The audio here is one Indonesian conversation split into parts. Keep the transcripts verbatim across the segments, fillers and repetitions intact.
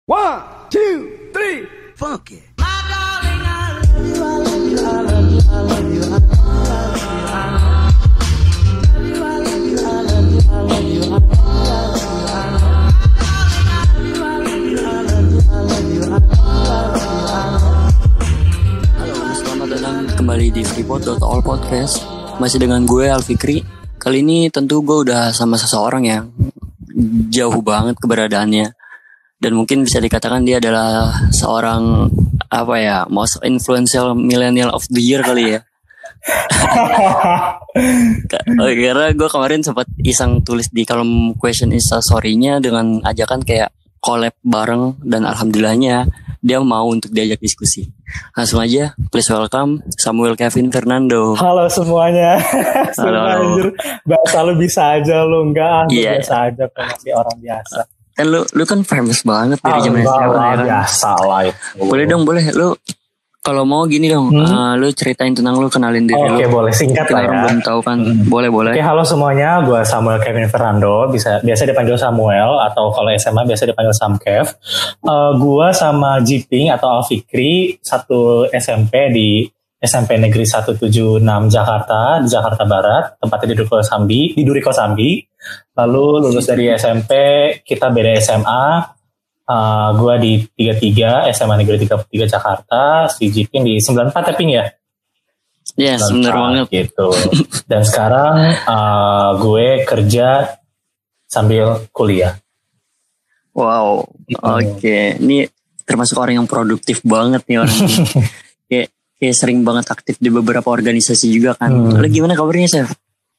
One, two, three, funk it. Kembali di freeport dot all podcast. Masih dengan gue Alfikri. Kali ini tentu gue udah sama seseorang yang jauh banget keberadaannya, dan mungkin bisa dikatakan dia adalah seorang apa ya, most influential millennial of the year kali ya. Karena gue kemarin sempat iseng tulis di kolom question Insta story-nya dengan ajakan kayak collab bareng, dan alhamdulillahnya dia mau untuk diajak diskusi. Langsung aja, please welcome Samuel Kevin Fernando. Halo semuanya. Halo, halo. Bahasa lu bisa aja lu, enggak, yeah. Biasa aja kok, masih orang biasa. Kan lu lu kan famous banget dari zaman S M A ya kan. Biasa lah itu. Boleh dong, boleh lu kalau mau gini dong, hmm? uh, lu ceritain tentang lu, kenalin diri oh, lu. Oke, okay, boleh singkat lah ya. Orang belum tahu kan. Hmm. Boleh, boleh. Oke, okay, halo semuanya, gue Samuel Kevin Fernando, bisa biasa dipanggil Samuel, atau kalau S M A biasa dipanggil Samkev. Uh, gue sama Jiping atau Alfikri satu S M P di S M P Negeri seratus tujuh puluh enam Jakarta, di Jakarta Barat, tempatnya di Durikosambi, di Durikosambi. Lalu lulus dari S M P, kita beda S M A. Uh, gue di tiga puluh tiga, S M A Negeri tiga puluh tiga Jakarta, si Jiping di sembilan puluh empat tapi ya? Yes, bener banget. Gitu. Dan sekarang uh, gue kerja sambil kuliah. Wow, oke. Okay. Ini termasuk orang yang produktif banget nih orang ini. kayak, kayak sering banget aktif di beberapa organisasi juga kan. Hmm. Lalu gimana kabarnya, Chef?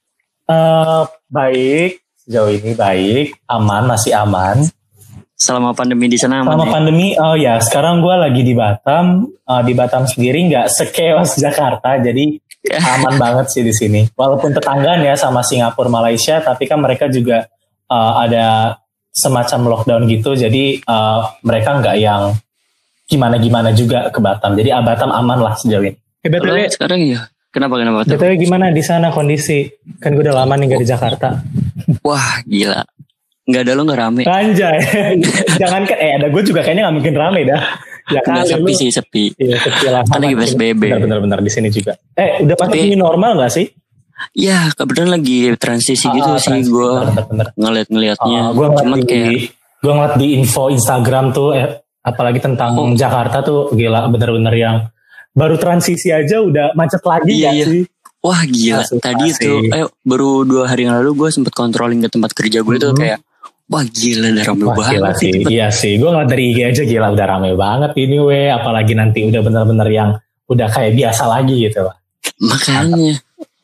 Uh, baik, sejauh ini baik, aman, masih aman. Selama pandemi di sana aman. Selama ya? pandemi, oh ya, sekarang gue lagi di Batam. Uh, di Batam sendiri nggak sekeos Jakarta, jadi aman banget sih di sini. Walaupun tetanggaan ya sama Singapura, Malaysia, tapi kan mereka juga uh, ada semacam lockdown gitu. Jadi uh, mereka nggak yang gimana-gimana juga ke Batam. Jadi uh, Batam aman lah sejauh ini. Eh, B T W sekarang ya. Kenapa kenapa? B T W gimana di sana kondisi? Kan gue udah lama nih nggak di Jakarta. Wah gila. Nggak ada lo nggak rame. Anjay. Jangan kan, eh ada gue juga kayaknya nggak mungkin rame dah. Ya kan, sepi sih, sepi. Iya, sepi lah. Kan lagi P S B B. Bener-bener di sini juga. Eh, udah pasti ini normal nggak sih? Ya, kebetulan lagi transisi ah, gitu ah, sih gue ngeliat-ngeliatnya. Ah, gue Cuman di, kayak gue ngeliat di info Instagram tuh, eh, apalagi tentang oh. Jakarta tuh gila, bener-bener yang baru transisi aja udah macet lagi iya, ya iya. sih. Wah gila. Nah, Tadi tuh, eh baru dua hari yang lalu gue sempet controlling ke tempat kerja gue mm-hmm. tuh kayak wah gila udah rame wah, banget gila sih. Iya sih, gue ngeliat dari I G aja gila udah rame banget ini weh. Apalagi nanti udah bener-bener yang udah kayak biasa lagi gitu. Makanya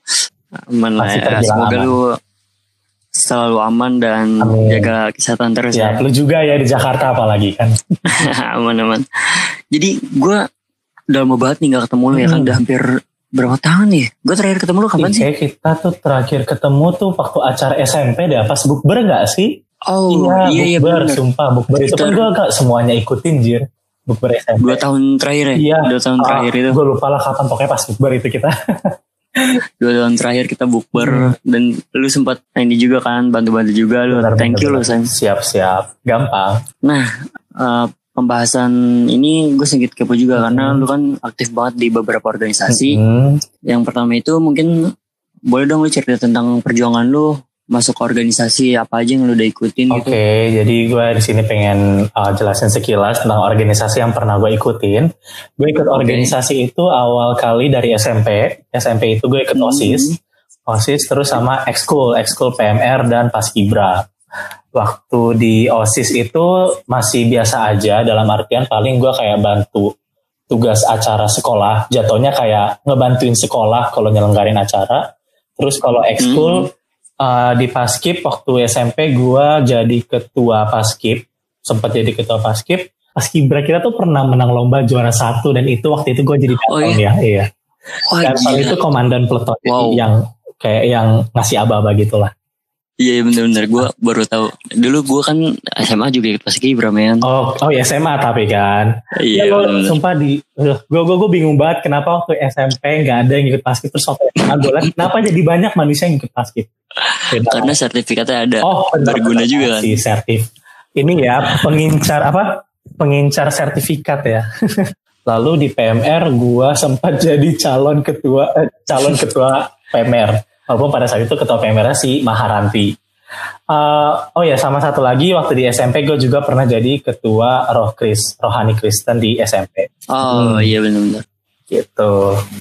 aman lah ya. Semoga aman. Lu selalu aman dan amin. Jaga kesehatan terus ya. Ya lu juga ya di Jakarta apalagi kan. Aman-aman. Jadi gue udah lama banget nih gak ketemu lu hmm. ya kan. Udah hampir berapa tahun nih? Gue terakhir ketemu lu kapan sih? Kita tuh terakhir ketemu tuh waktu acara S M P deh. Pas bukber gak sih? Oh iya, iya bukber, iya, sumpah bukber itu kan gue gak semuanya ikutin jir. Bukber S M P Dua tahun terakhir ya? Iya. Dua tahun ah, terakhir itu gue lupa lah kapan, pokoknya pas bukber itu kita. Dua tahun terakhir kita bukber hmm. Dan lu sempat ini juga kan, bantu-bantu juga lu. Benar, thank benar, you lu Sam. Siap-siap, gampang. Nah uh, pembahasan ini gue sedikit kepo juga hmm. karena lu kan aktif banget di beberapa organisasi. hmm. Yang pertama itu mungkin boleh dong lu cerita tentang perjuangan lu masuk ke organisasi apa aja yang lu udah ikutin. Oke, okay, gitu. Jadi gue di sini pengen uh, jelasin sekilas tentang organisasi yang pernah gue ikutin. Gue ikut okay. organisasi itu awal kali dari S M P. S M P itu gue ikut hmm. OSIS, OSIS terus sama ekskul, ekskul P M R dan Paskibra. Waktu di OSIS itu masih biasa aja, dalam artian paling gue kayak bantu tugas acara sekolah, jatuhnya kayak ngebantuin sekolah kalau nyelenggarin acara. Terus kalau ekskul hmm. Uh, di Paskib waktu S M P gue jadi ketua Paskib, sempat jadi ketua Paskib. Paskibra kita tuh pernah menang lomba juara satu, dan itu waktu itu gue jadi daton oh, iya? ya, iya. Oh, dan kali itu komandan peleton wow. yang kayak yang ngasih aba-aba gitulah. Iya benar-benar gue baru tahu. Dulu gue kan S M A juga ikut Paskibra men. Oh, oh ya S M A tapi kan. Iya. Ya, lo, sumpah di, gue gue gue bingung banget kenapa waktu S M P nggak ada yang ikut Paskib, terus waktu S M A gue liat kenapa jadi banyak manusia yang ikut Paskib. Beda. Karena sertifikatnya ada. Oh, benar, berguna benar, juga kan. Si sertif. Ini ya pengincar apa? pengincar sertifikat ya. Lalu di P M R gue sempat jadi calon ketua eh, calon ketua P M R. Walaupun pada saat itu ketua P M R-nya si Maharanti. Uh, oh ya, sama satu lagi waktu di S M P gue juga pernah jadi ketua Roh Kris, Rohani Kristen di S M P. Oh hmm. iya benar-benar. Gitu.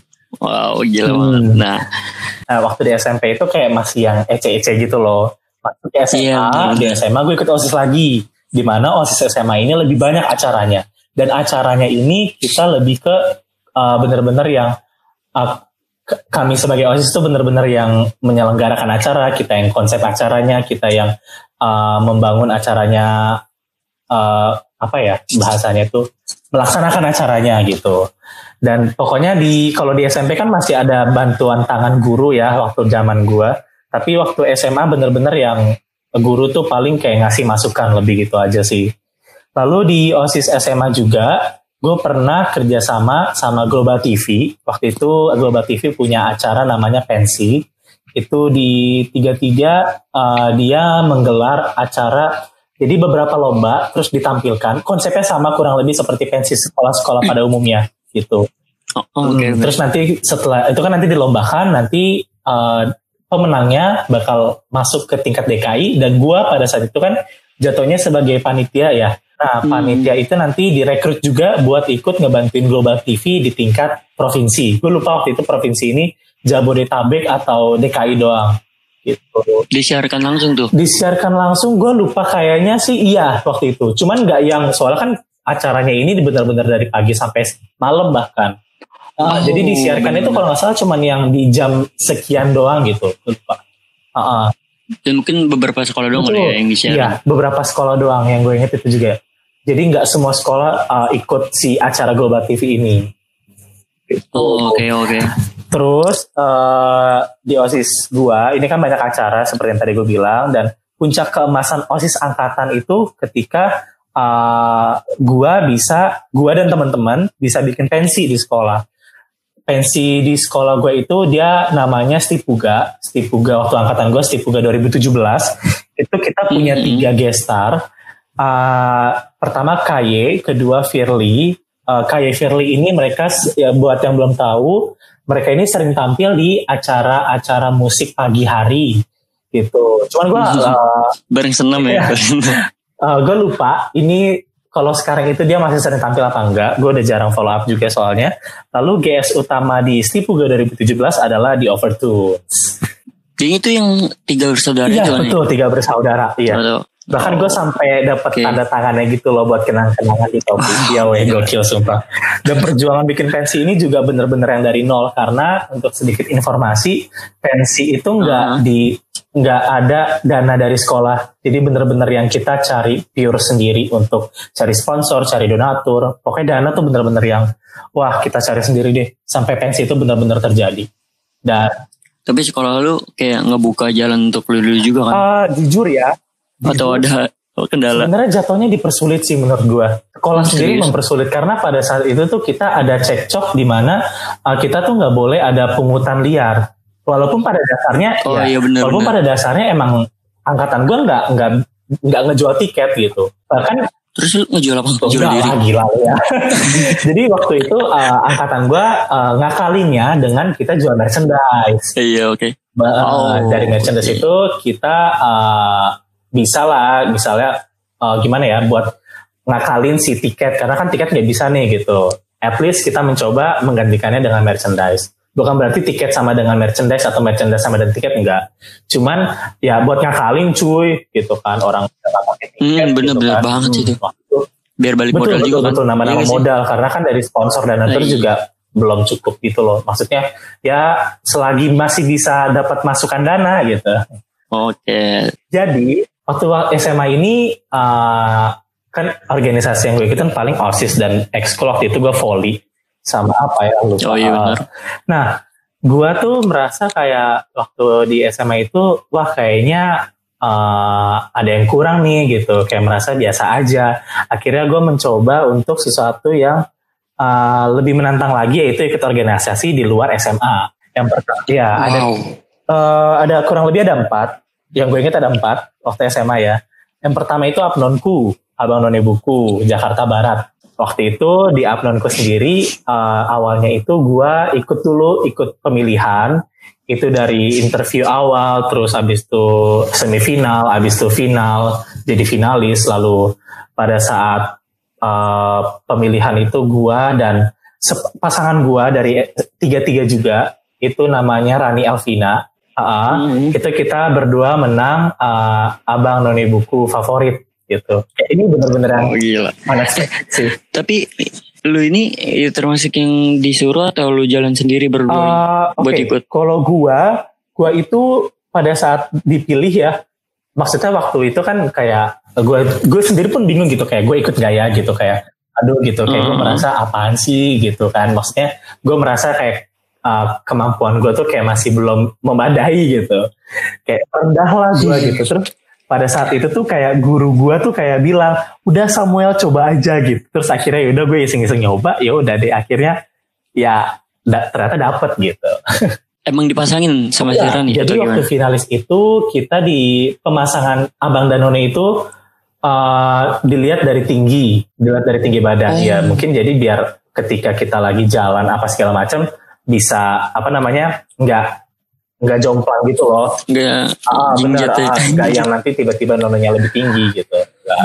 Wow, gila hmm. banget. Nah. nah, waktu di S M P itu kayak masih yang ece-ece gitu loh. Masuk di S M A, yeah, di S M A gue ikut OSIS lagi. Di mana OSIS S M A ini lebih banyak acaranya. Dan acaranya ini kita lebih ke uh, benar-benar yang uh, kami sebagai OSIS itu benar-benar yang menyelenggarakan acara, kita yang konsep acaranya, kita yang uh, membangun acaranya, uh, apa ya bahasanya itu, melaksanakan acaranya gitu. Dan pokoknya di kalau di S M P kan masih ada bantuan tangan guru ya waktu zaman gua, tapi waktu S M A benar-benar yang guru tuh paling kayak ngasih masukan lebih gitu aja sih. Lalu di OSIS S M A juga gue pernah kerjasama sama Global T V. Waktu itu Global T V punya acara namanya Pensi. Itu di tiga puluh tiga uh, dia menggelar acara, jadi beberapa lomba terus ditampilkan. Konsepnya sama kurang lebih seperti Pensi sekolah-sekolah pada umumnya gitu. Oh, oh, okay, terus okay. nanti setelah itu kan nanti dilombakan, nanti uh, pemenangnya bakal masuk ke tingkat D K I. Dan gue pada saat itu kan jatuhnya sebagai panitia ya. Nah, panitia hmm. itu nanti direkrut juga buat ikut ngebantuin Global T V di tingkat provinsi. Gue lupa waktu itu provinsi ini Jabodetabek atau D K I doang. Gitu. Disiarkan langsung tuh? Disiarkan langsung, gue lupa kayaknya sih iya waktu itu. Cuman nggak yang, soalnya kan acaranya ini benar-benar dari pagi sampai malam bahkan. Uh, oh, jadi disiarkan bener. Itu kalau nggak salah cuman yang di jam sekian doang gitu. Lupa. Uh-uh. Dan mungkin beberapa sekolah doang ya yang disiarkan? Iya, beberapa sekolah doang yang gue inget itu juga. Jadi nggak semua sekolah uh, ikut si acara Global T V ini. Gitu. Oh oke okay, oke. Okay. Terus uh, di OSIS gua ini kan banyak acara seperti yang tadi gue bilang, dan puncak keemasan OSIS angkatan itu ketika uh, gua bisa gua dan teman-teman bisa bikin pensi di sekolah. Pensi di sekolah gue itu dia namanya Stipuga. Stipuga waktu angkatan gue Stipuga dua ribu tujuh belas. Itu kita punya mm-hmm. tiga gestar. Uh, pertama K Y, kedua Firly. Uh, K Y Firly ini mereka ya, buat yang belum tahu, mereka ini sering tampil di acara-acara musik pagi hari gitu. Cuman gue uh, bareng senam ya. ya. uh, gue lupa ini kalau sekarang itu dia masih sering tampil apa enggak. Gue udah jarang follow up juga soalnya. Lalu G S utama di Stipuga dua ribu tujuh belas adalah di Overtones. Jadi itu yang tiga bersaudara iya, itu kan? Iya betul, tiga bersaudara. Iya. Betul. Bahkan gue sampai dapat okay. tanda tangannya gitu loh buat kenang-kenangan di topi. Iya weh, gokil sumpah. Dan perjuangan bikin pensi ini juga bener-bener yang dari nol, karena untuk sedikit informasi, pensi itu nggak uh-huh. di nggak ada dana dari sekolah. Jadi bener-bener yang kita cari pure sendiri untuk cari sponsor, cari donatur. Pokoknya dana tuh bener-bener yang wah kita cari sendiri deh. Sampai pensi itu bener-bener terjadi. Dan tapi sekolah lu kayak ngebuka jalan untuk lu dulu juga kan? Uh, jujur ya. Atau ada kendala? Sebenarnya jatuhnya dipersulit sih menurut gue. Sekolah hmm, sendiri serius? Mempersulit karena pada saat itu tuh kita ada cekcok di mana uh, kita tuh nggak boleh ada pungutan liar. Walaupun pada dasarnya, oh, ya, iya bener, walaupun bener. pada dasarnya emang angkatan gue nggak nggak nggak ngejual tiket gitu. Bahkan terus lu ngejual apa? Ngejual diri? Lah, gila ya. Jadi waktu itu uh, angkatan gue uh, ngakalinnya dengan kita jual merchandise. Iya oke. Okay. Uh, oh, dari merchandise okay. itu kita uh, bisa lah misalnya uh, gimana ya buat ngakalin si tiket, karena kan tiket nggak bisa nih gitu. At least kita mencoba menggantikannya dengan merchandise. Bukan berarti tiket sama dengan merchandise atau merchandise sama dengan tiket, enggak. Cuman ya buat ngakalin cuy gitu kan, orang pakai tiket. Hmm, bener, gitu bener kan. banget sih itu. Hmm, biar balik betul, modal betul, juga betul, kan. Betul, nama-nama ya, modal sih? Karena kan dari sponsor dan donatur juga belum cukup gitu loh. Maksudnya ya selagi masih bisa dapat masukan dana gitu. Oke. Okay. Jadi waktu S M A ini uh, kan organisasi yang gue ikutin paling OSIS dan ekskul. Waktu itu gue volley sama apa ya lupa. Oh iya benar. Nah, gue tuh merasa kayak waktu di S M A itu wah kayaknya uh, ada yang kurang nih gitu, kayak merasa biasa aja. Akhirnya gue mencoba untuk sesuatu yang uh, lebih menantang lagi, yaitu ikut organisasi di luar S M A. Yang pertama ya wow. ada uh, ada kurang lebih ada empat. Yang gue ingat ada empat waktu S M A ya. Yang pertama itu Apnonku. Abang None Buku Jakarta Barat. Waktu itu di Apnonku sendiri uh, awalnya itu gue ikut dulu ikut pemilihan itu dari interview awal, terus abis itu semifinal, abis itu final, jadi finalis. Lalu pada saat uh, pemilihan itu gue dan sep- pasangan gue dari tiga-tiga juga, itu namanya Rani Elvina. Uh, hmm. Itu kita berdua menang uh, Abang None Buku favorit gitu. Ini bener-bener yang oh, gila. Mana sih? Tapi lu ini ya, termasuk yang disuruh atau lu jalan sendiri berdua uh, buat okay. ikut? Kalau gua, gua itu pada saat dipilih ya, maksudnya waktu itu kan kayak gua, gua sendiri pun bingung gitu, kayak gua ikut gaya gitu, kayak aduh gitu, kayak uh-huh. gua merasa apaan sih gitu kan, maksudnya gua merasa kayak uh, kemampuan gua tuh kayak masih belum memadai gitu, kayak rendah lah gua gitu. Terus pada saat itu tuh kayak guru gue tuh kayak bilang, udah Samuel coba aja gitu. Terus akhirnya yaudah gue iseng-iseng nyoba, ya udah deh akhirnya ya da- ternyata dapet gitu. Emang dipasangin sama ya, si Rani? Jadi waktu gimana? Finalis itu kita di pemasangan Abang dan None itu uh, dilihat dari tinggi, dilihat dari tinggi badan. Oh. Ya mungkin jadi biar ketika kita lagi jalan apa segala macam bisa apa namanya nggak nggak jomplang gitu loh, nggak ah, bener, ah, nggak yang nanti tiba-tiba nonanya lebih tinggi gitu.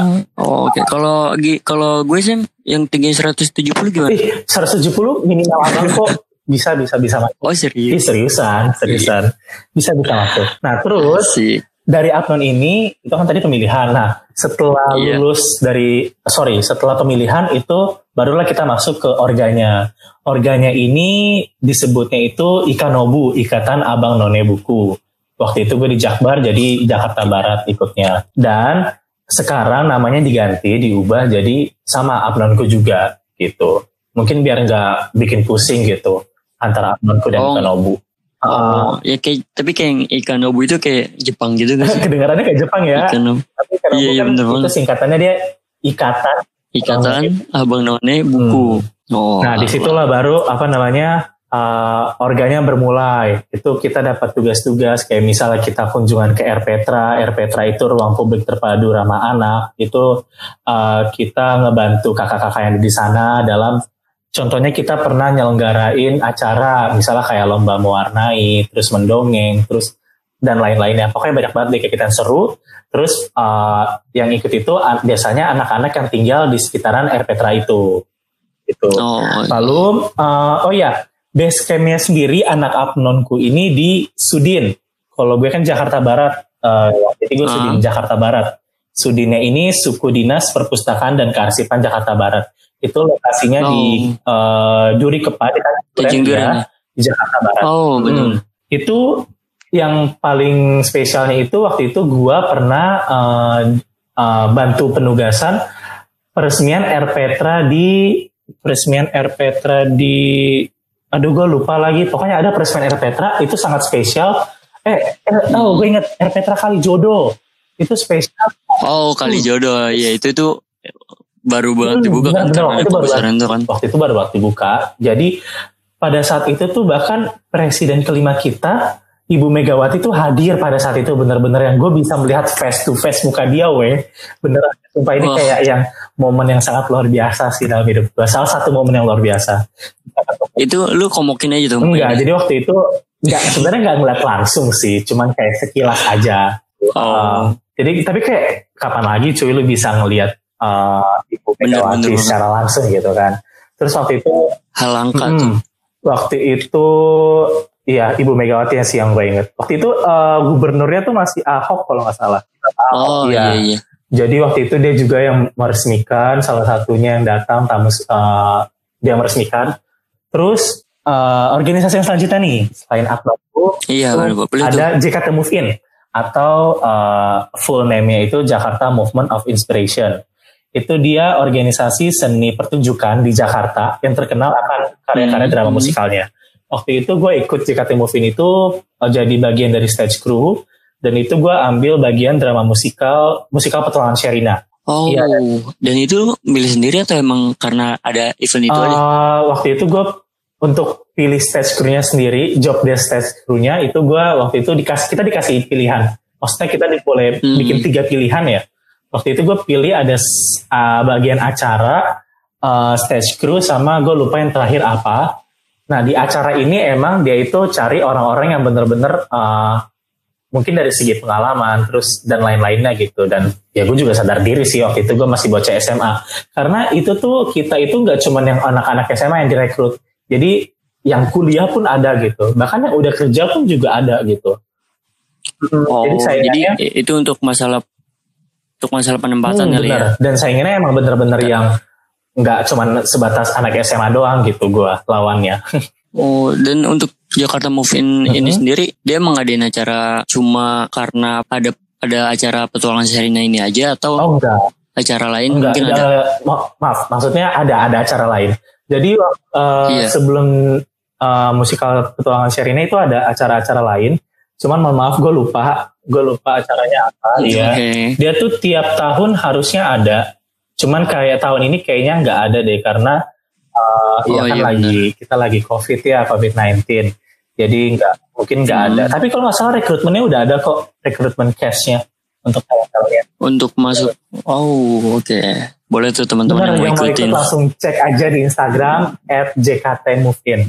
Oh, oke. Okay. Kalau kalau gue sih yang tinggi seratus tujuh puluh gimana? Eh, seratus tujuh puluh minimal abang kok bisa bisa bisa masuk. Oh serius? Eh, seriusan, seriusan, bisa bisa masuk. Nah terus Asik. Dari Apnon ini itu kan tadi pemilihan. Nah setelah yeah. lulus dari sorry setelah pemilihan itu barulah kita masuk ke organya. Organya ini disebutnya itu Ikanobu, Ikatan Abang None Buku. Waktu itu gue di Jakbar, jadi Jakarta Barat ikutnya. Dan sekarang namanya diganti, diubah jadi sama Apnonku juga gitu. Mungkin biar nggak bikin pusing gitu antara Apnonku dan oh. Ikanobu. Oh, uh, ya kayak tapi kayak Ikanobu itu kayak Jepang gitu kan? Kedengarannya kayak Jepang ya. Ikanobu. Tapi Ikanobu iya, kan iya, itu singkatannya dia Ikatan. Ikatan Abang None Buku. Hmm. Oh, nah disitulah baru apa namanya uh, organya bermulai. Itu kita dapat tugas-tugas kayak misalnya kita kunjungan ke R Petra. R Petra itu ruang publik terpadu ramah anak. Itu uh, kita ngebantu kakak-kakak yang di sana dalam contohnya kita pernah nyelenggarain acara misalnya kayak lomba mewarnai, terus mendongeng, terus dan lain-lainnya. Pokoknya banyak banget deh kayak kita yang seru. Terus uh, yang ikut itu uh, biasanya anak-anak yang tinggal di sekitaran R Petra itu. Gitu. Oh, lalu uh, oh ya base campnya sendiri anak Apnonku ini di Sudin. Kalau gue kan Jakarta Barat, uh, waktu itu gue Sudin uh. Jakarta Barat. Sudinnya ini Suku Dinas Perpustakaan dan Kearsipan Jakarta Barat. Itu lokasinya oh. di uh, Duri Kepa ya, di Jakarta Barat. Oh betul. Hmm. Itu yang paling spesialnya itu waktu itu gue pernah uh, uh, bantu penugasan peresmian R Petra di peresmian R Petra di aduh gue lupa lagi, pokoknya ada peresmian R Petra itu sangat spesial. eh, eh oh gue inget R Petra Kalijodo itu spesial. Oh Kalijodo ya itu tuh baru banget dibuka hmm, kan, bener, waktu, itu baru, itu kan waktu itu baru waktu dibuka. Jadi pada saat itu tuh bahkan presiden kelima kita Ibu Megawati tuh hadir pada saat itu, bener-bener yang gue bisa melihat face to face muka dia weh, beneran. Sumpah ini oh. kayak yang momen yang sangat luar biasa sih dalam hidup gue. Salah satu momen yang luar biasa. Itu lu komokin aja tuh? Enggak, jadi waktu itu enggak, sebenarnya enggak ngeliat langsung sih, cuman kayak sekilas aja. Oh. Uh, jadi tapi kayak kapan lagi cuy lu bisa ngelihat uh, Ibu Megawati bener, secara bener. langsung gitu kan. Terus waktu itu hal langka hmm, tuh. Waktu itu iya Ibu Megawati yang sih yang gue inget. Waktu itu uh, gubernurnya tuh masih Ahok kalau nggak salah. Oh iya. iya iya. Jadi waktu itu dia juga yang meresmikan, salah satunya yang datang tamu uh, dia meresmikan. Terus uh, organisasi yang selanjutnya nih selain Apnonku iya, ada J K T Move In atau uh, full name-nya itu Jakarta Movement of Inspiration. Itu dia organisasi seni pertunjukan di Jakarta yang terkenal akan karya-karya drama hmm. musikalnya. Waktu itu gue ikut J K T Move In itu uh, jadi bagian dari stage crew. Dan itu gue ambil bagian drama musikal, musikal Petualangan Sherina. Oh, ya, dan, dan itu milih sendiri atau emang karena ada event itu uh, aja? Waktu itu gue untuk pilih stage crew-nya sendiri, job desk stage crew-nya itu gue waktu itu dikasih, kita dikasih pilihan. Maksudnya kita boleh hmm. bikin tiga pilihan ya. Waktu itu gue pilih ada uh, bagian acara, uh, stage crew, sama gue lupa yang terakhir apa. Nah di acara ini emang dia itu cari orang-orang yang bener-bener uh, mungkin dari segi pengalaman terus dan lain-lainnya gitu. Dan ya gue juga sadar diri sih waktu itu gue masih bocah S M A, karena itu tuh kita itu nggak cuman yang anak-anak S M A yang direkrut, jadi yang kuliah pun ada gitu, bahkan yang udah kerja pun juga ada gitu. Oh, jadi, sayangnya, jadi itu untuk masalah untuk masalah penempatan hmm, kali ya. Dan saingannya emang bener-bener yang nggak cuman sebatas anak S M A doang gitu gue lawannya. Oh, dan untuk Jakarta Move In Mm-hmm. ini sendiri, dia mengadain acara cuma karena ada ada acara petualangan Sherina ini aja atau Oh enggak, acara lain enggak, mungkin enggak, ada? ma- maaf, maksudnya ada ada acara lain. Jadi uh, Iya. sebelum uh, musikal petualangan Sherina itu ada acara-acara lain. Cuman mohon maaf gue lupa, gue lupa acaranya apa. Iya. Oke. Dia tuh tiap tahun harusnya ada. Cuman kayak tahun ini kayaknya nggak ada deh karena uh, Oh, ya kan iya, lagi kita lagi COVID ya, covid sembilan belas. Jadi nggak mungkin nggak Hmm. ada. Tapi kalau nggak salah rekrutmennya udah ada kok, rekrutmen cashnya untuk kalian. Untuk masuk. Oh, oke. Boleh tuh teman-teman Benar, yang mau yang mau ikutin. ikut langsung cek aja di Instagram at j k t move in.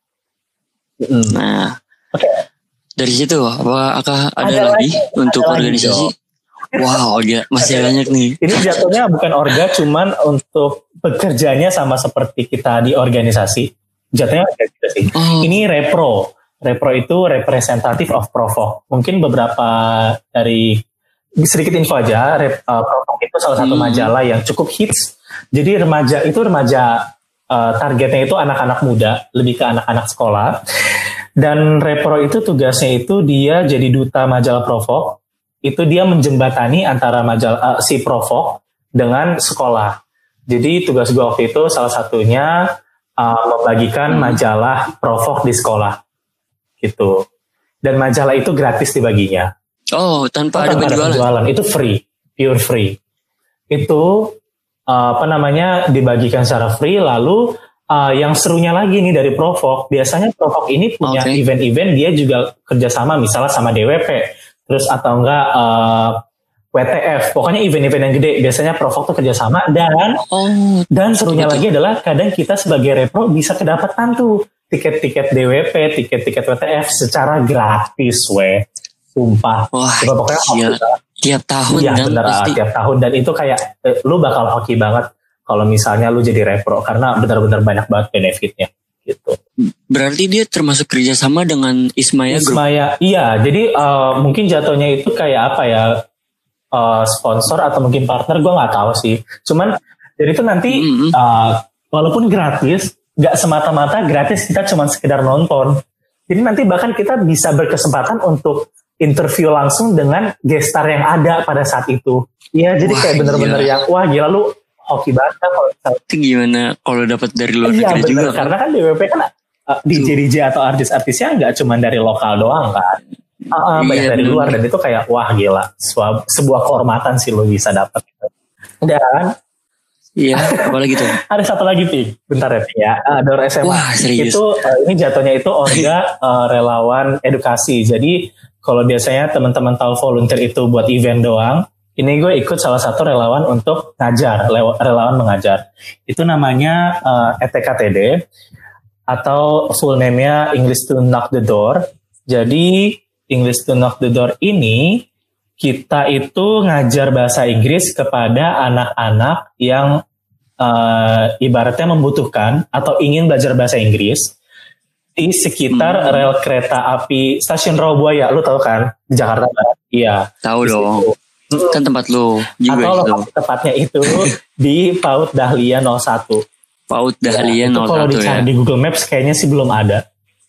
Mm. Nah, Oke. dari situ apakah ada, Ada lagi, lagi, untuk ada lagi, organisasi? Jo. Wow, dia masih banyak nih. Ini jatuhnya bukan orga, cuman untuk pekerjaannya sama seperti kita di organisasi. Jatuhnya ada juga sih. Oh. Ini repro. Repro itu representative of Provok. Mungkin beberapa dari sedikit info aja. Rep, uh, Provok itu salah satu Hmm. majalah yang cukup hits. Jadi remaja itu remaja uh, targetnya itu anak-anak muda, lebih ke anak-anak sekolah. Dan Repro itu tugasnya itu dia jadi duta majalah Provok. Itu dia menjembatani antara majalah uh, si Provok dengan sekolah. Jadi tugas gue waktu itu salah satunya uh, membagikan Hmm. majalah Provok di sekolah gitu. Dan majalah itu gratis dibaginya. Oh, tanpa ada Tanpa penjualan. penjualan. Itu free, pure free. Itu uh, apa namanya dibagikan secara free. Lalu uh, yang serunya lagi nih dari Provok, biasanya Provok ini punya Oke. event-event, dia juga kerjasama misalnya sama D W P, terus atau enggak uh, W T F, pokoknya event-event yang gede. Biasanya Provok tuh kerjasama dan Oh, dan serunya Betul. lagi adalah kadang kita sebagai repro bisa kedapatan tuh tiket-tiket D W P, tiket-tiket W T F secara gratis, weh. Sumpah. wah, Sumpah, pokoknya gila. Tiap tahun iya kan bener, pasti. tiap tahun. Dan itu kayak eh, lu bakal hoki banget kalau misalnya lu jadi repro karena benar-benar banyak banget benefitnya gitu. Berarti dia termasuk kerjasama dengan Ismaya Group. Ismaya, iya. Jadi eh, mungkin jatuhnya itu kayak apa ya, eh, sponsor atau mungkin partner, gue nggak tahu sih. Cuman jadi itu nanti Mm-mm. eh, walaupun gratis, nggak semata-mata gratis kita cuma sekedar nonton. Jadi nanti bahkan kita bisa berkesempatan untuk interview langsung dengan guest star yang ada pada saat itu. Iya, jadi Wah, kayak bener-bener gila. yang wah gila lu hoki banget kan kalau misalnya. Itu gimana kalau dapat dari luar Iya negeri juga bener, kan? karena kan D W P kan uh, D J D J atau artis-artisnya nggak cuma dari lokal doang kan. Uh, uh, banyak Iya, dari bener. luar, dan itu kayak wah gila, sebuah, sebuah kehormatan sih lo bisa dapat. Dan Iya, apalagi tuh. ada satu lagi Pi, bentar ya Pi ya. Uh, Dor S M A Wah, serius. itu uh, ini jatuhnya itu orga uh, relawan edukasi. Jadi kalau biasanya teman-teman tahu volunteer itu buat event doang, ini gue ikut salah satu relawan untuk ngajar, lewa- relawan mengajar. Itu namanya uh, E T K T D atau full name-nya English to Knock the Door. Jadi English to Knock the Door ini kita itu ngajar bahasa Inggris kepada anak-anak yang uh, ibaratnya membutuhkan atau ingin belajar bahasa Inggris di sekitar Hmm. rel kereta api stasiun Rawabuaya. Lu tahu kan di Jakarta Barat? Iya. Tahu Di dong. situ. Kan tempat lu juga Atau itu. lokasi tepatnya itu di PAUD Dahlia nol satu. Paut Dahlia Itu nol kalau satu dicari ya. di Google Maps kayaknya sih belum ada.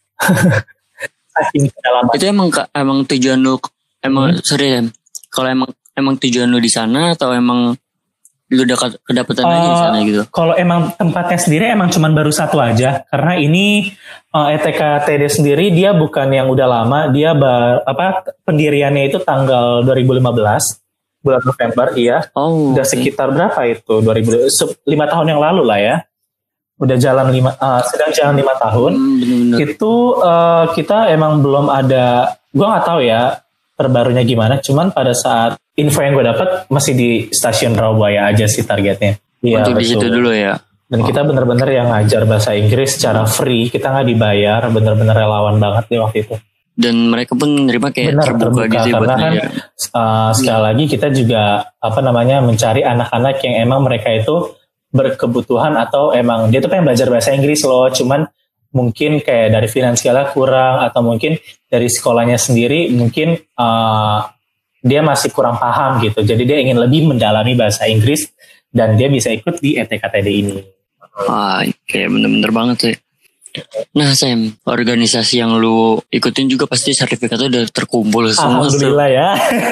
Saking kedalaman. Itu emang emang tujuan lu emang Hmm. sorry ya. Kalau emang emang tujuan lu di sana atau emang lu udah kedapatan aja di sana Eh, gitu? Kalau emang tempatnya sendiri emang cuman baru satu aja, karena ini eh, E T K T D sendiri dia bukan yang udah lama, dia bar, apa pendiriannya itu tanggal dua ribu lima belas bulan November, iya. Oh, Udah oke. sekitar berapa itu dua ribu lima tahun yang lalu lah ya. Udah jalan lima eh, sedang jalan lima tahun. Hmm, bener-bener. Itu eh, kita emang belum ada, gue nggak tahu ya terbarunya gimana. Cuman pada saat info yang gue dapat masih di stasiun Rawabuaya aja sih targetnya. Iya, untuk di situ dulu ya. Dan oh. kita bener-bener yang ngajar bahasa Inggris secara free, kita nggak dibayar, bener-bener relawan banget nih waktu itu. Dan mereka pun nerima kayak Bener, terbuka, terbuka gitu karena buat kan uh, sekali lagi kita juga apa namanya mencari anak-anak yang emang mereka itu berkebutuhan atau emang dia tuh pengen belajar bahasa Inggris loh, cuman mungkin kayak dari finansialnya kurang atau mungkin dari sekolahnya sendiri mungkin uh, dia masih kurang paham gitu, jadi dia ingin lebih mendalami bahasa Inggris dan dia bisa ikut di E T K T D ini. Ah, kayak bener-bener banget sih. Nah Sam, organisasi yang lu ikutin juga pasti sertifikatnya udah terkumpul semua. Alhamdulillah ya.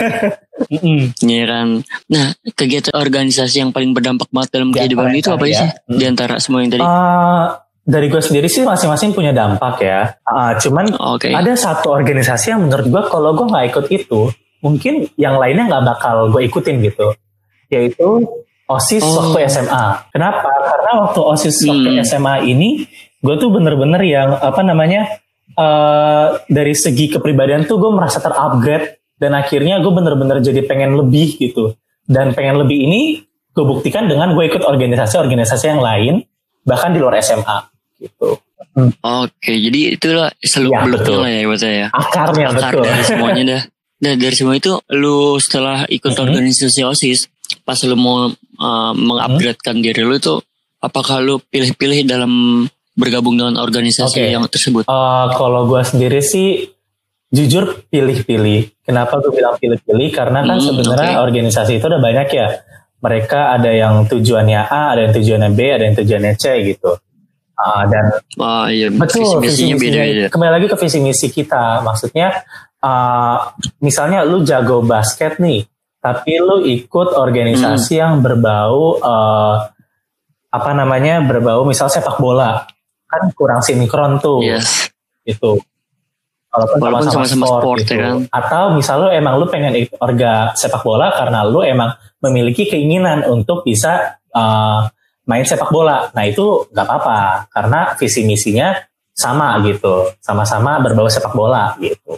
Iya kan. Nah kegiatan organisasi yang paling berdampak banget dalam kehidupan itu apa ya? sih? Hmm. Di antara semua yang tadi? Uh, dari gue sendiri sih masing-masing punya dampak ya. Uh, cuman okay. ada satu organisasi yang menurut gue kalau gue nggak ikut itu, mungkin yang lainnya nggak bakal gue ikutin gitu. Yaitu OSIS oh. waktu S M A. Kenapa? Karena waktu OSIS hmm. waktu S M A ini gue tuh bener-bener yang apa namanya uh, dari segi kepribadian tuh gue merasa terupgrade dan akhirnya gue bener-bener jadi pengen lebih gitu, dan pengen lebih ini gue buktikan dengan gue ikut organisasi-organisasi yang lain bahkan di luar S M A gitu. Hmm. Oke, jadi itulah seluk beluknya lah ya buat saya. Akarnya Akar betul. Dari semuanya dah. Nah dari semua itu lu setelah ikut mm-hmm. organisasi OSIS, pas lu mau uh, mengupgradekan mm-hmm. diri lu itu, apakah lu pilih-pilih dalam bergabung dengan organisasi okay. yang tersebut? Uh, kalau gue sendiri sih jujur pilih-pilih. Kenapa gue bilang pilih-pilih? Karena kan hmm, sebenarnya okay. organisasi itu udah banyak ya. Mereka ada yang tujuannya A, ada yang tujuannya B, ada yang tujuannya C gitu. Uh, dan oh, iya, betul, visi misinya beda-beda. Kembali lagi ke visi misi kita. Maksudnya uh, misalnya lu jago basket nih, tapi lu ikut organisasi hmm. yang berbau uh, apa namanya berbau misal sepak bola. Kan kurang sinkron tuh, yes. gitu. Walaupun, Walaupun sama-sama sport, sport gitu. Ya kan? Atau misal lu emang lu pengen ikut orga sepak bola karena lu emang memiliki keinginan untuk bisa uh, main sepak bola. Nah itu nggak apa-apa karena visi misinya sama gitu, sama-sama berbau sepak bola gitu.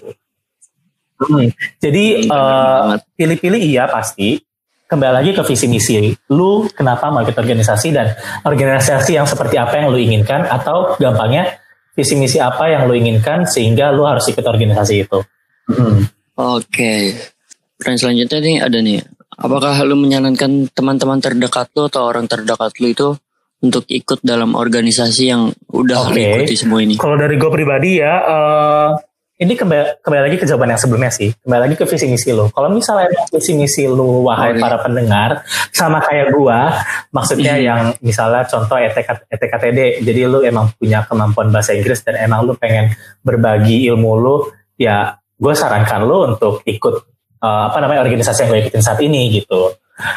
Hmm. Jadi uh, pilih-pilih iya pasti. Kembali lagi ke visi misi, lu kenapa mau ikut organisasi dan organisasi yang seperti apa yang lu inginkan, atau gampangnya visi misi apa yang lu inginkan sehingga lu harus ikut organisasi itu. Hmm. Oke, okay. Pertanyaan selanjutnya nih ada nih, apakah lu menyarankan teman-teman terdekat lu atau orang terdekat lu itu untuk ikut dalam organisasi yang udah okay. ikuti semua ini? Kalau dari gue pribadi ya, uh, ini kembali, kembali lagi ke jawaban yang sebelumnya sih. Kembali lagi ke visi misi lu. Kalau misalnya visi misi lu, wahai okay. para pendengar, sama kayak gua, maksudnya mm. yang misalnya contoh E T K T D, jadi lu emang punya kemampuan bahasa Inggris dan emang lu pengen berbagi ilmu lu, ya gue sarankan lu untuk ikut uh, apa namanya organisasi yang gue ikutin saat ini gitu.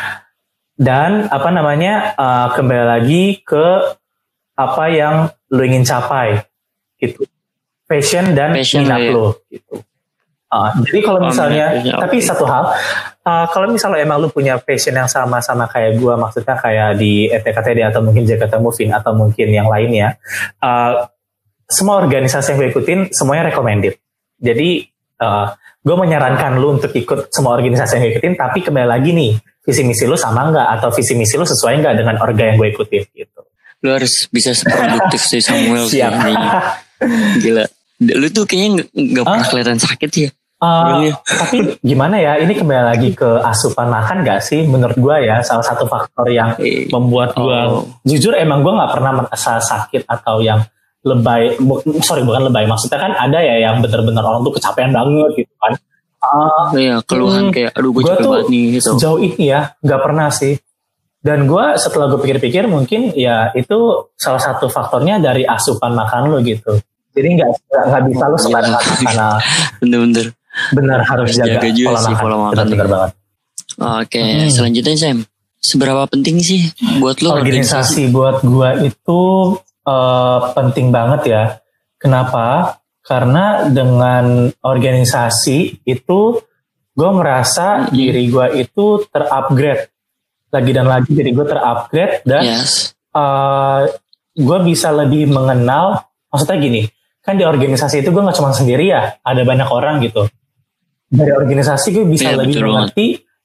Dan apa namanya uh, kembali lagi ke apa yang lu ingin capai gitu. Passion dan Passion minat ya. lo gitu. Uh, jadi kalau misalnya, oh, ya, tapi okay. satu hal, uh, kalau misalnya emang lu punya passion yang sama-sama kayak gue, maksudnya kayak di E T K T D atau mungkin Jakarta Moving atau mungkin yang lainnya, uh, semua organisasi yang gue ikutin semuanya recommended. Jadi uh, gue menyarankan lu untuk ikut semua organisasi yang gue ikutin, tapi kembali lagi nih, visi misi lu sama nggak atau visi misi lu sesuai nggak dengan orga yang gue ikutin gitu. Lu harus bisa seproduktif sih Samuel. Siap. Gila. Lu tuh kayaknya gak pernah kelihatan sakit ya. Uh, tapi gimana ya, ini kembali lagi ke asupan makan gak sih? Menurut gue ya, salah satu faktor yang hey. membuat gue, oh. jujur emang gue gak pernah merasa sakit atau yang lebay, bu, sorry bukan lebay, maksudnya kan ada ya yang benar-benar orang tuh kecapean banget gitu kan. Uh, iya, keluhan hmm, kayak aduh gue capek banget nih gitu. Sejauh ini ya, gak pernah sih. Dan gue setelah gue pikir-pikir mungkin ya itu salah satu faktornya dari asupan makan lo gitu. Jadi nggak nggak bisa lo sembarangan karena bener-bener benar harus jaga, jaga juga pola sih makan. pola makan. Bener banget. Oke, hmm. selanjutnya Sam, seberapa penting sih buat lo organisasi? Organisasi buat gue itu uh, penting banget ya. Kenapa? Karena dengan organisasi itu gue merasa hmm. diri gue itu terupgrade. Lagi dan lagi jadi gue terupgrade dan yes. uh, gue bisa lebih mengenal, maksudnya gini, kan di organisasi itu gue gak cuma sendiri ya, ada banyak orang gitu. Dari organisasi gue bisa yeah, lebih mengerti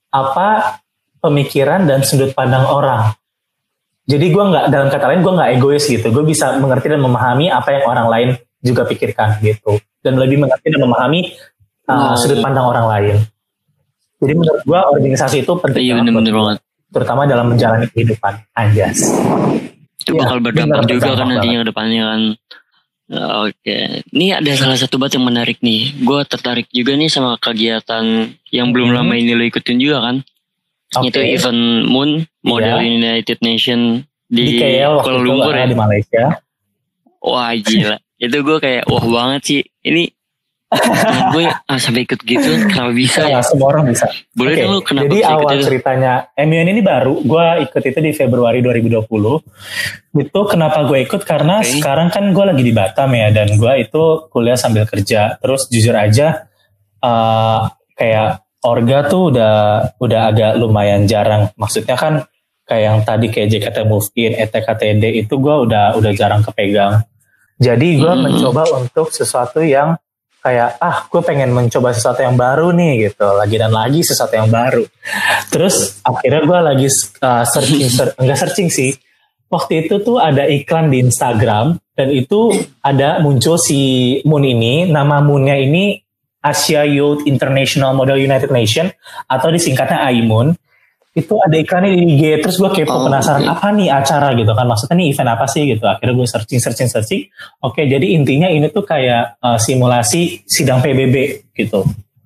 apa pemikiran dan sudut pandang orang. Jadi gue nggak, dalam kata lain gue nggak egois gitu. Gue bisa mengerti dan memahami apa yang orang lain juga pikirkan gitu. Dan lebih mengerti dan memahami uh, sudut pandang orang lain. Jadi menurut gue organisasi itu penting. Iya benar-benar banget. Terutama dalam menjalani kehidupan. Anjas. Itu Ya, bakal berdampak juga kan nantinya banget. ke depannya kan. Oke, ini ada salah satu bat yang menarik nih. Gue tertarik juga nih sama kegiatan yang belum Hmm. lama ini lo ikutin juga kan. Oke. Itu event Moon Model Iya. United Nation di, Di K L waktu Kuala itu Lumpur lah, ya. di Malaysia. Wah gila, itu gue kayak wah banget sih. Ini menurut gue ah, sampai ikut gitu kenapa bisa ya? Ya, semua orang bisa. Boleh Oke, dong lu kenapa jadi bisa ikut awal itu? ceritanya M U N ini baru, gue ikut itu di Februari dua ribu dua puluh. Itu kenapa gue ikut karena Oke. sekarang kan gue lagi di Batam ya, dan gue itu kuliah sambil kerja. Terus jujur aja uh, kayak orga tuh udah udah agak lumayan jarang. Maksudnya kan kayak yang tadi kayak J K T Move In, E T K T D itu gue udah udah jarang kepegang. Jadi gue Hmm. mencoba untuk sesuatu yang kayak ah gue pengen mencoba sesuatu yang baru nih gitu, lagi dan lagi sesuatu yang baru. Terus akhirnya gue lagi uh, searching ser- enggak searching sih, waktu itu tuh ada iklan di Instagram dan itu ada muncul si Moon ini, nama Moonnya ini Asia Youth International Model United Nation atau disingkatnya A I M U N. Itu ada iklannya di I G, terus gue kepo, Oh, penasaran oke. apa nih acara gitu kan, maksudnya nih event apa sih gitu. Akhirnya gue searching searching searching oke, jadi intinya ini tuh kayak uh, simulasi sidang P B B gitu.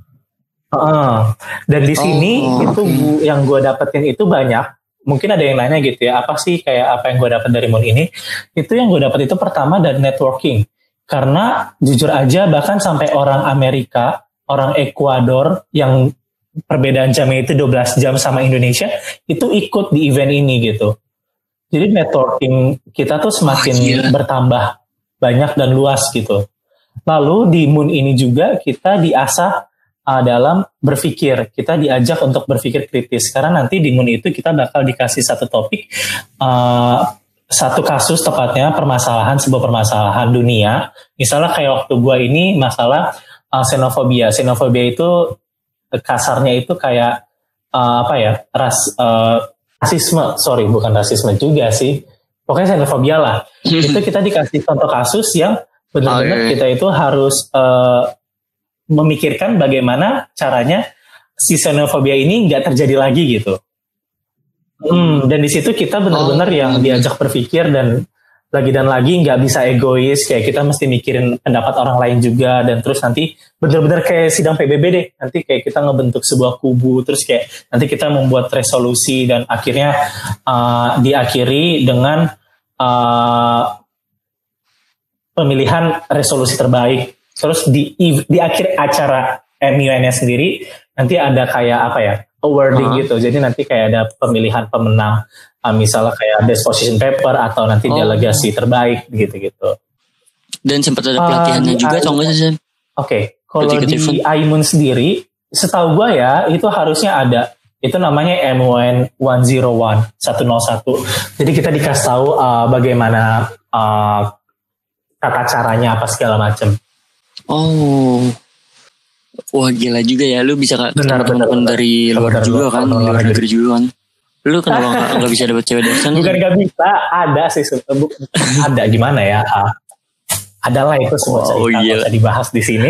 Uh, dan di sini Oh, itu oke. gu- yang gue dapetin itu banyak. Mungkin ada yang nanya gitu ya, apa sih kayak apa yang gue dapet dari Moon ini? Itu yang gue dapet itu pertama dari networking. Karena jujur aja bahkan sampai orang Amerika, orang Ekuador yang perbedaan jamnya itu dua belas jam sama Indonesia, itu ikut di event ini gitu. Jadi networking kita tuh semakin Wah, gila. bertambah banyak dan luas gitu. Lalu di Moon ini juga kita diasah uh, dalam berpikir, kita diajak untuk berpikir kritis. Karena nanti di Moon itu kita bakal dikasih satu topik, uh, satu kasus tepatnya permasalahan, sebuah permasalahan dunia. Misalnya kayak waktu gua ini masalah uh, xenofobia. Xenofobia itu kasarnya itu kayak uh, apa ya, ras uh, rasisme, sorry bukan rasisme juga sih, pokoknya xenofobia lah. Itu kita dikasih contoh kasus yang benar-benar Oke. kita itu harus uh, memikirkan bagaimana caranya si xenofobia ini nggak terjadi lagi gitu. Hmm, dan di situ kita benar-benar Oh. yang diajak berpikir dan lagi dan lagi nggak bisa egois, kayak kita mesti mikirin pendapat orang lain juga, dan terus nanti benar-benar kayak sidang P B B deh, nanti kayak kita ngebentuk sebuah kubu, terus kayak nanti kita membuat resolusi dan akhirnya uh, diakhiri dengan uh, pemilihan resolusi terbaik. Terus di di akhir acara M U N-nya sendiri nanti ada kayak apa ya, awarding Uh-huh. gitu, jadi nanti kayak ada pemilihan pemenang. Uh, misalnya kayak best position paper atau nanti Oh. delegasi terbaik gitu-gitu. Dan sempat ada Uh, pelatihannya di juga I- atau enggak sih Sam? Oke, kalau Ikut di event. A I M U N sendiri, setahu gue ya itu harusnya ada. Itu namanya M U N seratus satu. Jadi kita dikasih tahu uh, bagaimana uh, tata caranya apa segala macam. Oh, wah gila juga ya, lu bisa ketemu Benar, benar, teman-teman benar. dari luar Benar, juga benar, kan, luar luar negeri. negeri juga kan. Lu kenapa nggak nggak bisa dapet cewek dari sana? Bukan gak bisa, ada sih, se- bu- ada gimana ya? Uh, adalah itu semua Wow, cerita, nggak gila. usah dibahas di sini.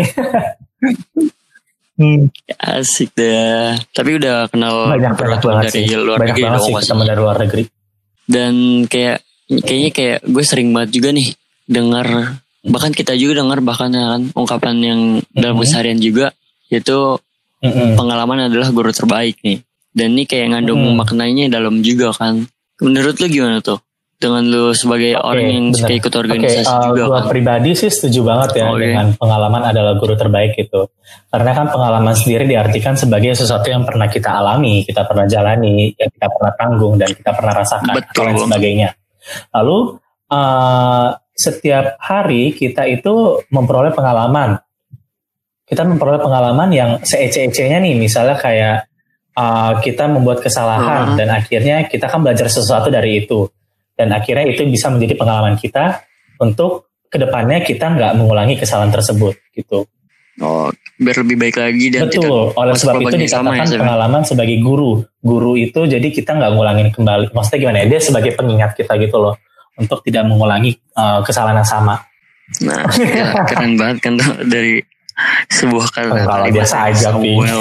hmm. Asik deh. Tapi udah kenal Banyak banyak beberapa banget dari sih, luar banyak negeri banget dong sih pasti. teman dari luar negeri. Dan kayak kayaknya kayak gue sering banget juga nih dengar, bahkan kita juga dengar bahkan ya kan ungkapan yang dalam Mhm. keseharian juga, yaitu Mm-mm. pengalaman adalah guru terbaik nih. Dan ini kayak ngandung Hmm. maknanya dalam juga kan. Menurut lu gimana tuh? Dengan lu sebagai Oke, orang yang bener. suka ikut Oke, organisasi uh, juga gua kan. pribadi sih setuju banget ya Oke. dengan pengalaman adalah guru terbaik itu. Karena kan pengalaman sendiri diartikan sebagai sesuatu yang pernah kita alami, kita pernah jalani, yang kita pernah tanggung dan kita pernah rasakan Betul. dan sebagainya. Lalu uh, setiap hari kita itu memperoleh pengalaman. Kita memperoleh pengalaman yang seece-ecenya nih, misalnya kayak uh, kita membuat kesalahan Hmm. dan akhirnya kita kan belajar sesuatu dari itu. Dan akhirnya itu bisa menjadi pengalaman kita untuk kedepannya kita nggak mengulangi kesalahan tersebut gitu. Oh, biar lebih baik lagi dan Betul, tidak oleh sebab itu sama dikatakan ya, pengalaman sebagai guru. Guru itu jadi kita nggak ngulangin kembali. Maksudnya gimana ya? Dia sebagai pengingat kita gitu loh, untuk tidak mengulangi uh, kesalahan yang sama. Nah, ya, keren banget kan tuh dari sebuah kata. Kalau biasa aja, Pi. Well,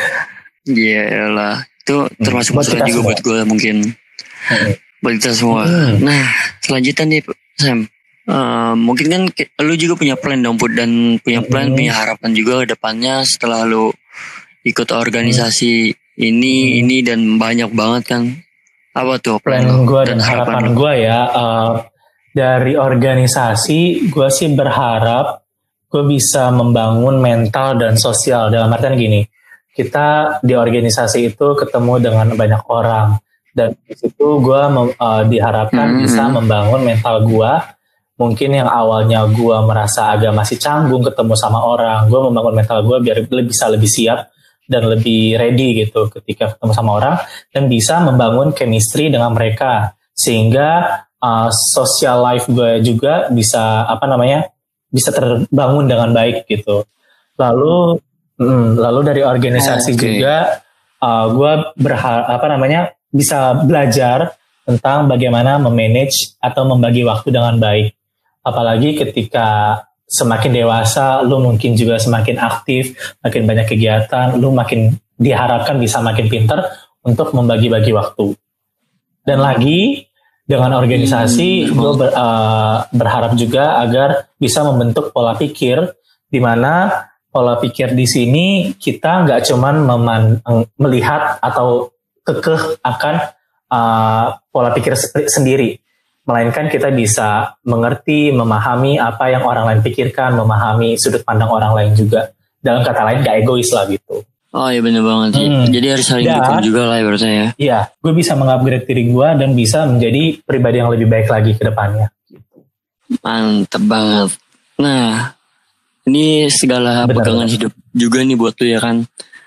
iya lah, itu termasuk buat masalah kita juga semua. buat gue mungkin. Hmm. Buat kita semua. Hmm. Nah, selanjutnya nih Sam. Uh, mungkin kan ki- lu juga punya plan dong Put, dan punya plan, Hmm. punya harapan juga ke depannya setelah lu ikut organisasi ini Hmm. ini dan banyak banget kan. Apa tuh plan, Plan lu gue dan harapan lu? gue ya, uh, dari organisasi gue sih berharap gue bisa membangun mental dan sosial. Dalam artian gini, kita di organisasi itu ketemu dengan banyak orang, dan di situ gue uh, diharapkan Hmm. bisa membangun mental gue. Mungkin yang awalnya gue merasa agak masih canggung ketemu sama orang, gue membangun mental gue biar lebih- bisa lebih siap dan lebih ready gitu ketika ketemu sama orang, dan bisa membangun chemistry dengan mereka, sehingga uh, social life gue juga bisa apa namanya bisa terbangun dengan baik gitu. Lalu mm, lalu dari organisasi Oh, oke. juga uh, gue berharap apa namanya bisa belajar tentang bagaimana memanage atau membagi waktu dengan baik. Apalagi ketika semakin dewasa, lu mungkin juga semakin aktif, makin banyak kegiatan, lu makin diharapkan bisa makin pintar untuk membagi-bagi waktu. Dan lagi dengan organisasi, Hmm. gue ber- uh, berharap juga agar bisa membentuk pola pikir, di mana pola pikir di sini kita nggak cuman meman- melihat atau kekeh akan uh, pola pikir sep- sendiri, melainkan kita bisa mengerti, memahami apa yang orang lain pikirkan, memahami sudut pandang orang lain juga. Dalam kata lain, gak egois lah gitu. Oh iya bener banget sih. Hmm. Jadi harus saling Dan- dukung juga lah ibaratnya ya. Iya, gue bisa mengupgrade diri gue dan bisa menjadi pribadi yang lebih baik lagi ke depannya. Mantep banget. Nah, ini segala Benar, pegangan benar. hidup juga nih buat lu ya kan.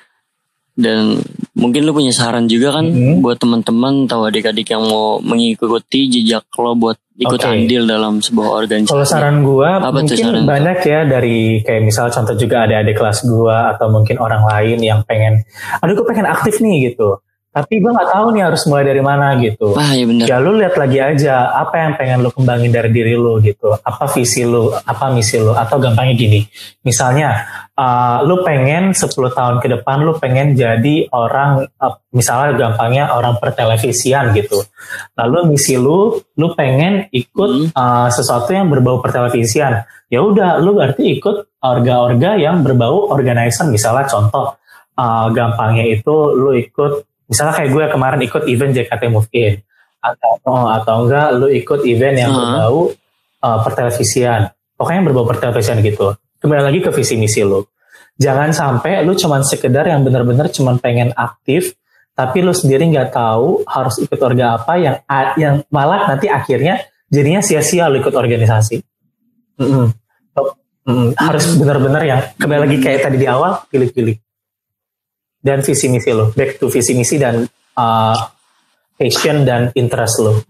Dan mungkin lu punya saran juga kan Mhm. buat teman-teman atau adik-adik yang mau mengikuti jejak lo buat ikut Oke. andil dalam sebuah organisasi. Kalau saran gue, Apa tuh mungkin saran? banyak ya dari kayak misal contoh juga ada adik kelas gue atau mungkin orang lain yang pengen, aduh gue pengen aktif nih gitu. Tapi gue nggak tahu nih harus mulai dari mana gitu. Ah iya bener. Ya lu lihat lagi aja apa yang pengen lu kembangin dari diri lu gitu. Apa visi lu, apa misi lu, atau gampangnya gini. Misalnya uh, lu pengen sepuluh tahun ke depan lu pengen jadi orang uh, misalnya gampangnya orang pertelevisian gitu. Lalu misi lu lu pengen ikut uh, sesuatu yang berbau pertelevisian. Ya udah lu berarti ikut orga-orga yang berbau organizer, misalnya contoh uh, gampangnya itu lu ikut misalnya kayak gue kemarin ikut event J K T Move In, atau oh, atau enggak lu ikut event yang Uh-huh. berbau uh, pertelevisian, pokoknya yang berbau pertelevisian gitu. Kembali lagi ke visi misi lu. Jangan sampai lu cuman sekedar yang benar-benar cuman pengen aktif, tapi lu sendiri nggak tahu harus ikut orga apa yang yang malah nanti akhirnya jadinya sia-sia lu ikut organisasi. Mm-mm. Mm-mm. Harus benar-benar yang kembali lagi kayak tadi di awal, pilih-pilih. Dan visi misi lo, back to visi misi dan uh, passion dan interest lo.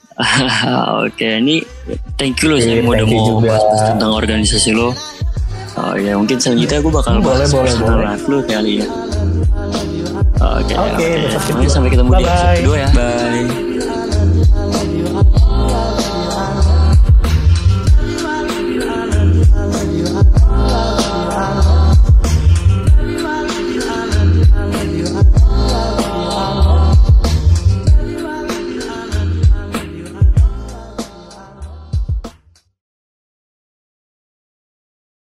Oke, ini thank you lo sih Oke, udah thank you mau juga. bahas tentang organisasi lo. Oh ya mungkin selanjutnya gue bakal Boleh, bahas boleh, personal boleh. life lo kali ya. Oke, Oke, besok oke. Sampai ketemu di episode Bye-bye. kedua ya. Bye.